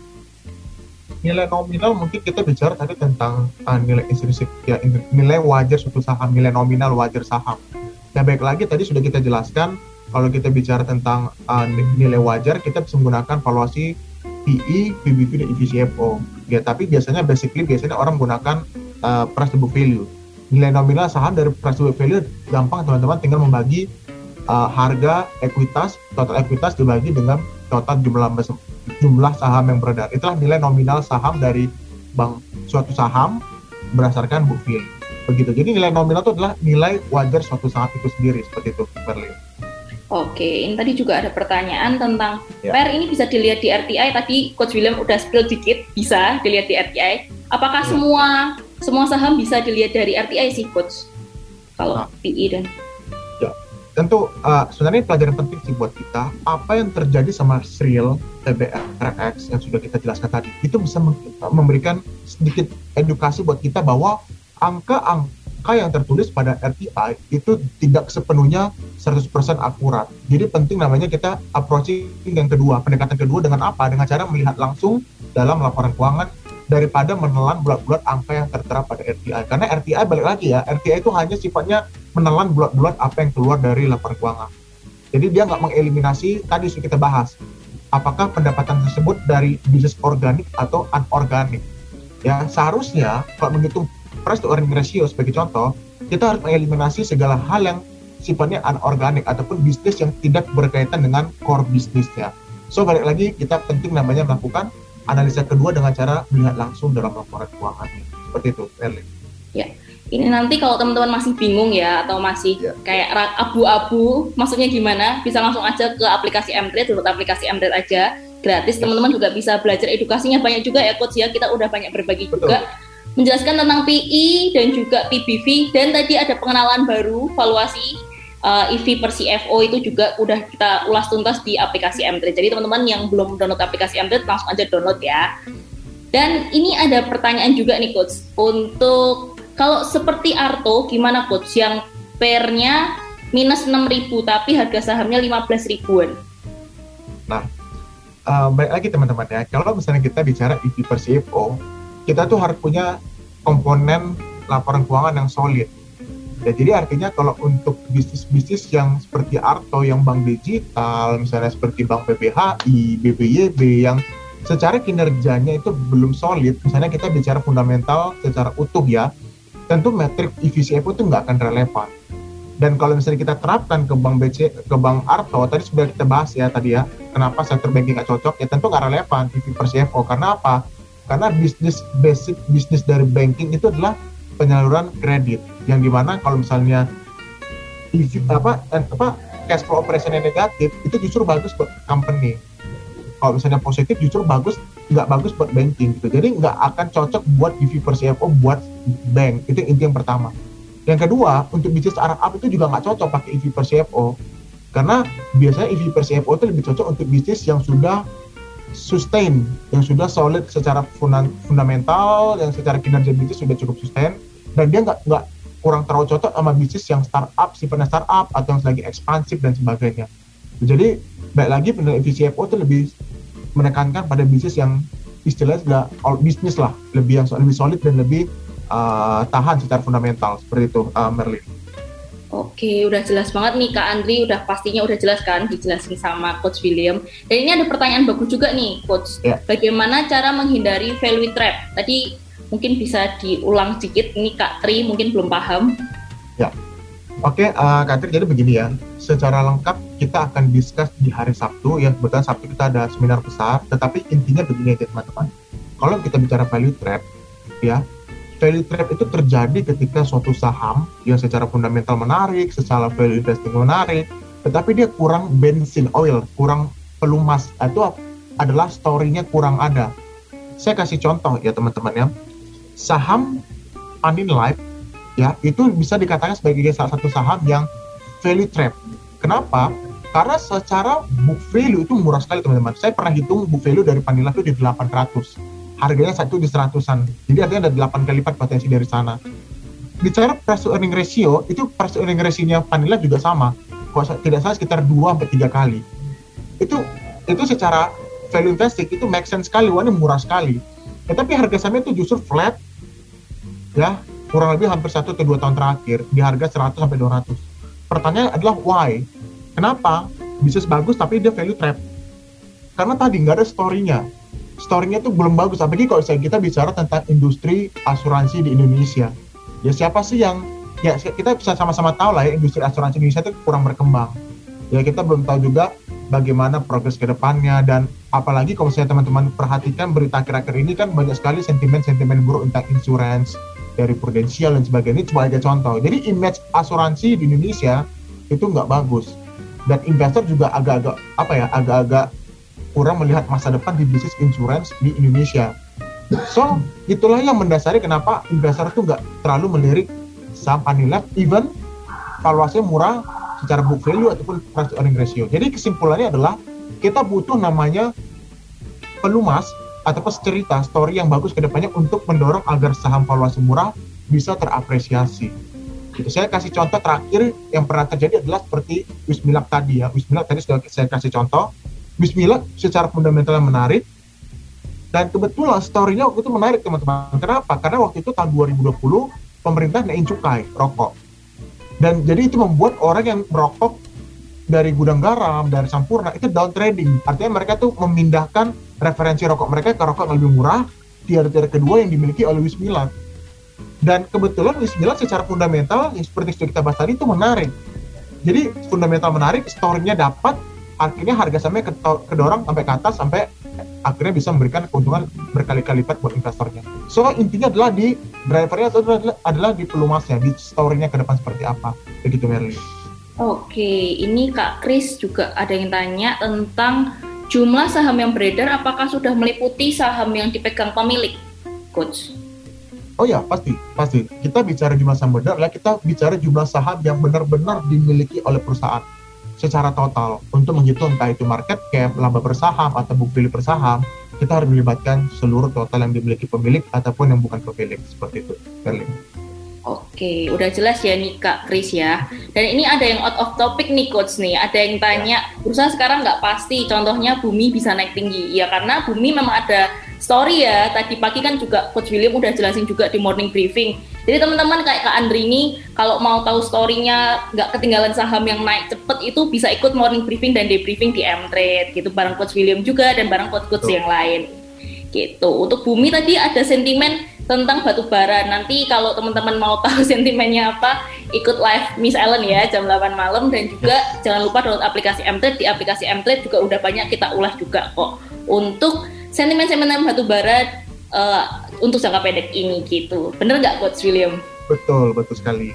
Nilai nominal mungkin kita bicara tadi tentang nilai intrinsik ya, nilai wajar suatu saham, nilai nominal wajar saham. Nah, baik lagi tadi sudah kita jelaskan kalau kita bicara tentang nilai wajar, kita bisa menggunakan valuasi PE, PBV dan EV CFO. Ya, tapi biasanya orang menggunakan price to book value. Nilai nominal saham dari price to book value gampang teman-teman, tinggal membagi harga ekuitas, total ekuitas dibagi dengan total jumlah saham yang beredar. Itulah nilai nominal saham dari suatu saham berdasarkan book value. Begitu. Jadi nilai nominal itu adalah nilai wajar suatu saham itu sendiri, seperti itu, Merlin. Oke, ini tadi juga ada pertanyaan tentang PER ini bisa dilihat di RTI. Tadi Coach William udah spill dikit, bisa dilihat di RTI. Apakah semua saham bisa dilihat dari RTI sih, Coach? Kalau PE dan tentu sebenarnya pelajaran penting sih buat kita, apa yang terjadi sama Sril, TBRX yang sudah kita jelaskan tadi, itu bisa memberikan sedikit edukasi buat kita bahwa angka-angka yang tertulis pada RTI itu tidak sepenuhnya 100% akurat. Jadi penting namanya kita approaching yang kedua, pendekatan kedua dengan apa? Dengan cara melihat langsung dalam laporan keuangan daripada menelan bulat-bulat angka yang tertera pada RTI. Karena RTI balik lagi ya, RTI itu hanya sifatnya menelan bulat-bulat apa yang keluar dari laporan keuangan. Jadi dia nggak mengeliminasi, tadi sudah kita bahas, apakah pendapatan tersebut dari bisnis organik atau anorganik. Ya, seharusnya kalau menghitung price to earning ratio sebagai contoh, kita harus mengeliminasi segala hal yang sifatnya anorganik ataupun bisnis yang tidak berkaitan dengan core bisnisnya. So balik lagi, kita penting namanya melakukan analisa kedua dengan cara melihat langsung dalam laporan keuangan. Seperti itu, Merlin. Ya, Ini nanti kalau teman-teman masih bingung ya atau masih kayak abu-abu, maksudnya gimana? Bisa langsung aja ke aplikasi Mtrade, download aplikasi Mtrade aja, gratis. Teman-teman juga bisa belajar edukasinya banyak juga ya coach ya. Kita udah banyak berbagi juga menjelaskan tentang PI dan juga PBV, dan tadi ada pengenalan baru valuasi EV per CFO itu juga udah kita ulas tuntas di aplikasi Mtrade. Jadi teman-teman yang belum download aplikasi Mtrade langsung aja download ya. Dan ini ada pertanyaan juga nih coach, untuk kalau seperti Arto gimana coach yang pairnya minus 6.000 tapi harga sahamnya 15 ribuan? Nah, baik lagi teman-teman ya, kalau misalnya kita bicara EV per CFO, kita tuh harus punya komponen laporan keuangan yang solid. Ya, jadi artinya kalau untuk bisnis-bisnis yang seperti Arto, yang bank digital, misalnya seperti bank BBHI, BBYB, yang secara kinerjanya itu belum solid, misalnya kita bicara fundamental secara utuh ya, tentu metrik EV/CFO itu nggak akan relevan. Dan kalau misalnya kita terapkan ke bank BC, ke bank Arto, tadi sudah kita bahas ya tadi ya, kenapa sektor banking nggak cocok, ya tentu nggak relevan EV/CFO. Karena apa? Karena basic bisnis dari banking itu adalah penyaluran kredit, yang dimana kalau misalnya cash flow operationnya negatif, itu justru bagus buat company. Kalau misalnya positif justru nggak bagus buat banking gitu. Jadi nggak akan cocok buat EV per CFO buat bank. Itu inti yang pertama. Yang kedua, untuk bisnis startup itu juga nggak cocok pakai EV per CFO, karena biasanya EV per CFO itu lebih cocok untuk bisnis yang sudah sustain, yang sudah solid secara fundamental, yang secara kinerja bisnis sudah cukup sustain, dan dia nggak kurang terlalu cocok sama bisnis yang startup, sifatnya startup atau yang lagi ekspansif dan sebagainya. Jadi baik lagi penilaian EV/CFO itu lebih menekankan pada bisnis yang istilahnya bisnis lah, lebih solid dan lebih tahan secara fundamental, seperti itu, Merlin. Oke, udah jelas banget nih Kak Andri, pastinya udah jelas kan, dijelasin sama Coach William. Dan ini ada pertanyaan bagus juga nih Coach, Bagaimana cara menghindari value trap? Tadi mungkin bisa diulang sedikit, ini Kak Tri mungkin belum paham. Ya, oke, Kak Tri, jadi begini ya, secara lengkap kita akan discuss di hari Sabtu, ya kebetulan Sabtu kita ada seminar besar, tetapi intinya begini aja teman-teman. Kalau kita bicara value trap, ya, value trap itu terjadi ketika suatu saham yang secara fundamental menarik, secara value investing menarik, tetapi dia kurang bensin, oil, kurang pelumas, itu adalah story-nya kurang ada. Saya kasih contoh ya teman-teman ya, saham Manulife ya, itu bisa dikatakan sebagai salah satu saham yang value trap. Kenapa? Karena secara book value itu murah sekali teman-teman. Saya pernah hitung book value dari Manulife itu di 800. Harganya satu di 100-an. Jadi artinya ada 8 kali lipat potensi dari sana. Bicara price to earning ratio, itu price to earning ratio-nya Manulife juga sama. Kalau tidak salah sekitar 2-3 kali. Itu secara value investing itu make sense sekali, wah ini murah sekali. Tetapi harga sahamnya itu justru flat, ya, kurang lebih hampir 1 atau 2 tahun terakhir, di harga 100-200. Pertanyaannya adalah why? Kenapa? Bisnis bagus tapi dia value trap. Karena tadi nggak ada story-nya tuh belum bagus, apalagi kalau kita bicara tentang industri asuransi di Indonesia. Ya siapa sih yang, ya kita bisa sama-sama tahu lah ya, industri asuransi Indonesia itu kurang berkembang. Ya kita belum tahu juga bagaimana progres ke depannya, dan apalagi kalau saya teman-teman perhatikan berita akhir-akhir ini kan banyak sekali sentimen-sentimen buruk tentang insurance dari Prudential dan sebagainya. Ini cuma aja contoh. Jadi image asuransi di Indonesia itu nggak bagus, dan investor juga agak-agak kurang melihat masa depan di bisnis insurance di Indonesia. So, itulah yang mendasari kenapa investor itu nggak terlalu melirik saham Manulife, even valuasinya murah secara book value ataupun price to earning ratio. Jadi kesimpulannya adalah kita butuh namanya pelumas ataupun cerita, story yang bagus ke depannya untuk mendorong agar saham valuasi murah bisa terapresiasi. Gitu. Saya kasih contoh terakhir yang pernah terjadi adalah seperti Wismilak tadi ya. Wismilak tadi sudah saya kasih contoh. Wismilak secara fundamental menarik, dan kebetulan story-nya waktu itu menarik teman-teman. Kenapa? Karena waktu itu tahun 2020 pemerintah naikin cukai rokok, dan jadi itu membuat orang yang merokok dari gudang garam, dari Sampurna itu down trading. Artinya mereka tuh memindahkan referensi rokok mereka ke rokok yang lebih murah di tier kedua yang dimiliki oleh Wismilak. Dan kebetulan Wismilak secara fundamental yang seperti kita bahas tadi itu menarik. Jadi fundamental menarik, story-nya dapat, akhirnya harga sahamnya kedorong sampai ke atas sampai akhirnya bisa memberikan keuntungan berkali-kali lipat buat investornya. So intinya adalah di drivernya atau adalah di pelumasnya, di story-nya ke depan seperti apa, begitu Merlin. Oke, ini Kak Kris juga ada yang tanya tentang jumlah saham yang beredar, apakah sudah meliputi saham yang dipegang pemilik, Coach? Oh ya, pasti. Kita bicara jumlah saham beredar, kita bicara jumlah saham yang benar-benar dimiliki oleh perusahaan secara total. Untuk menghitung entah itu market cap, laba per saham, atau book value per saham, kita harus melibatkan seluruh total yang dimiliki pemilik ataupun yang bukan pemilik, seperti itu, Merlin. Oke, udah jelas ya nih Kak Kris ya. Dan ini ada yang out of topic nih Coach nih. Ada yang tanya, bursa sekarang nggak pasti. Contohnya Bumi bisa naik tinggi. Ya karena Bumi memang ada story ya. Tadi pagi kan juga Coach William udah jelasin juga di morning briefing. Jadi teman-teman kayak Kak Andri ini, kalau mau tahu story-nya nggak ketinggalan saham yang naik cepet, itu bisa ikut morning briefing dan debriefing di M-Trade gitu. Bareng Coach William juga dan bareng coach-coach yang lain. Gitu. Untuk Bumi tadi ada sentimen tentang batu bara. Nanti kalau teman-teman mau tahu sentimennya apa, ikut live Miss Ellen ya jam 8 malam. Dan juga jangan lupa download aplikasi M-Trade. Di aplikasi M-Trade juga udah banyak kita ulas juga kok untuk sentimen-sentimen batu bara untuk jangka pendek ini gitu. Bener nggak Coach William? Betul sekali.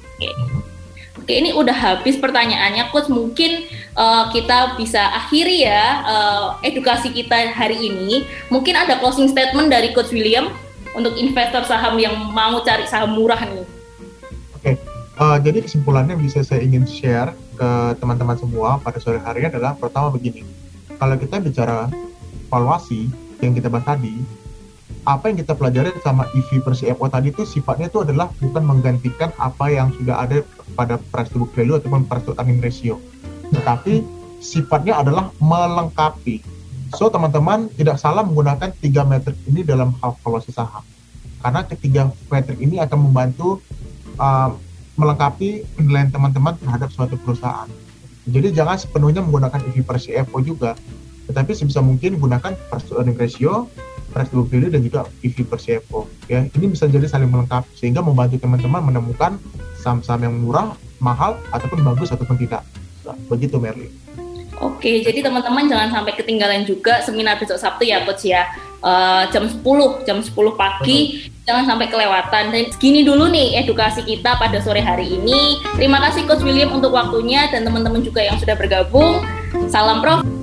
Oke, ini udah habis pertanyaannya Coach. Mungkin kita bisa akhiri ya edukasi kita hari ini. Mungkin ada closing statement dari Coach William untuk investor saham yang mau cari saham murah nih. Oke, jadi kesimpulannya bisa saya ingin share ke teman-teman semua pada sore hari adalah pertama begini. Kalau kita bicara valuasi yang kita bahas tadi, apa yang kita pelajari sama EV per CFO tadi itu sifatnya itu adalah bukan menggantikan apa yang sudah ada pada price to book value ataupun price to earning ratio, tetapi sifatnya adalah melengkapi. So teman-teman tidak salah menggunakan 3 metrik ini dalam hal valuasi saham, karena ketiga metrik ini akan membantu melengkapi penilaian teman-teman terhadap suatu perusahaan. Jadi jangan sepenuhnya menggunakan EV per CFO juga, tetapi sebisa mungkin gunakan price to earning ratio, price to book value, dan juga EV per CFO. Ya, ini bisa jadi saling melengkapi sehingga membantu teman-teman menemukan saham-saham yang murah, mahal, ataupun bagus ataupun tidak. Nah, begitu Merlin. Oke, jadi teman-teman jangan sampai ketinggalan juga seminar besok Sabtu ya Coach ya. Jam 10 pagi. Betul. Jangan sampai kelewatan. Dan segini dulu nih edukasi kita pada sore hari ini. Terima kasih Coach William untuk waktunya dan teman-teman juga yang sudah bergabung. Salam Prof.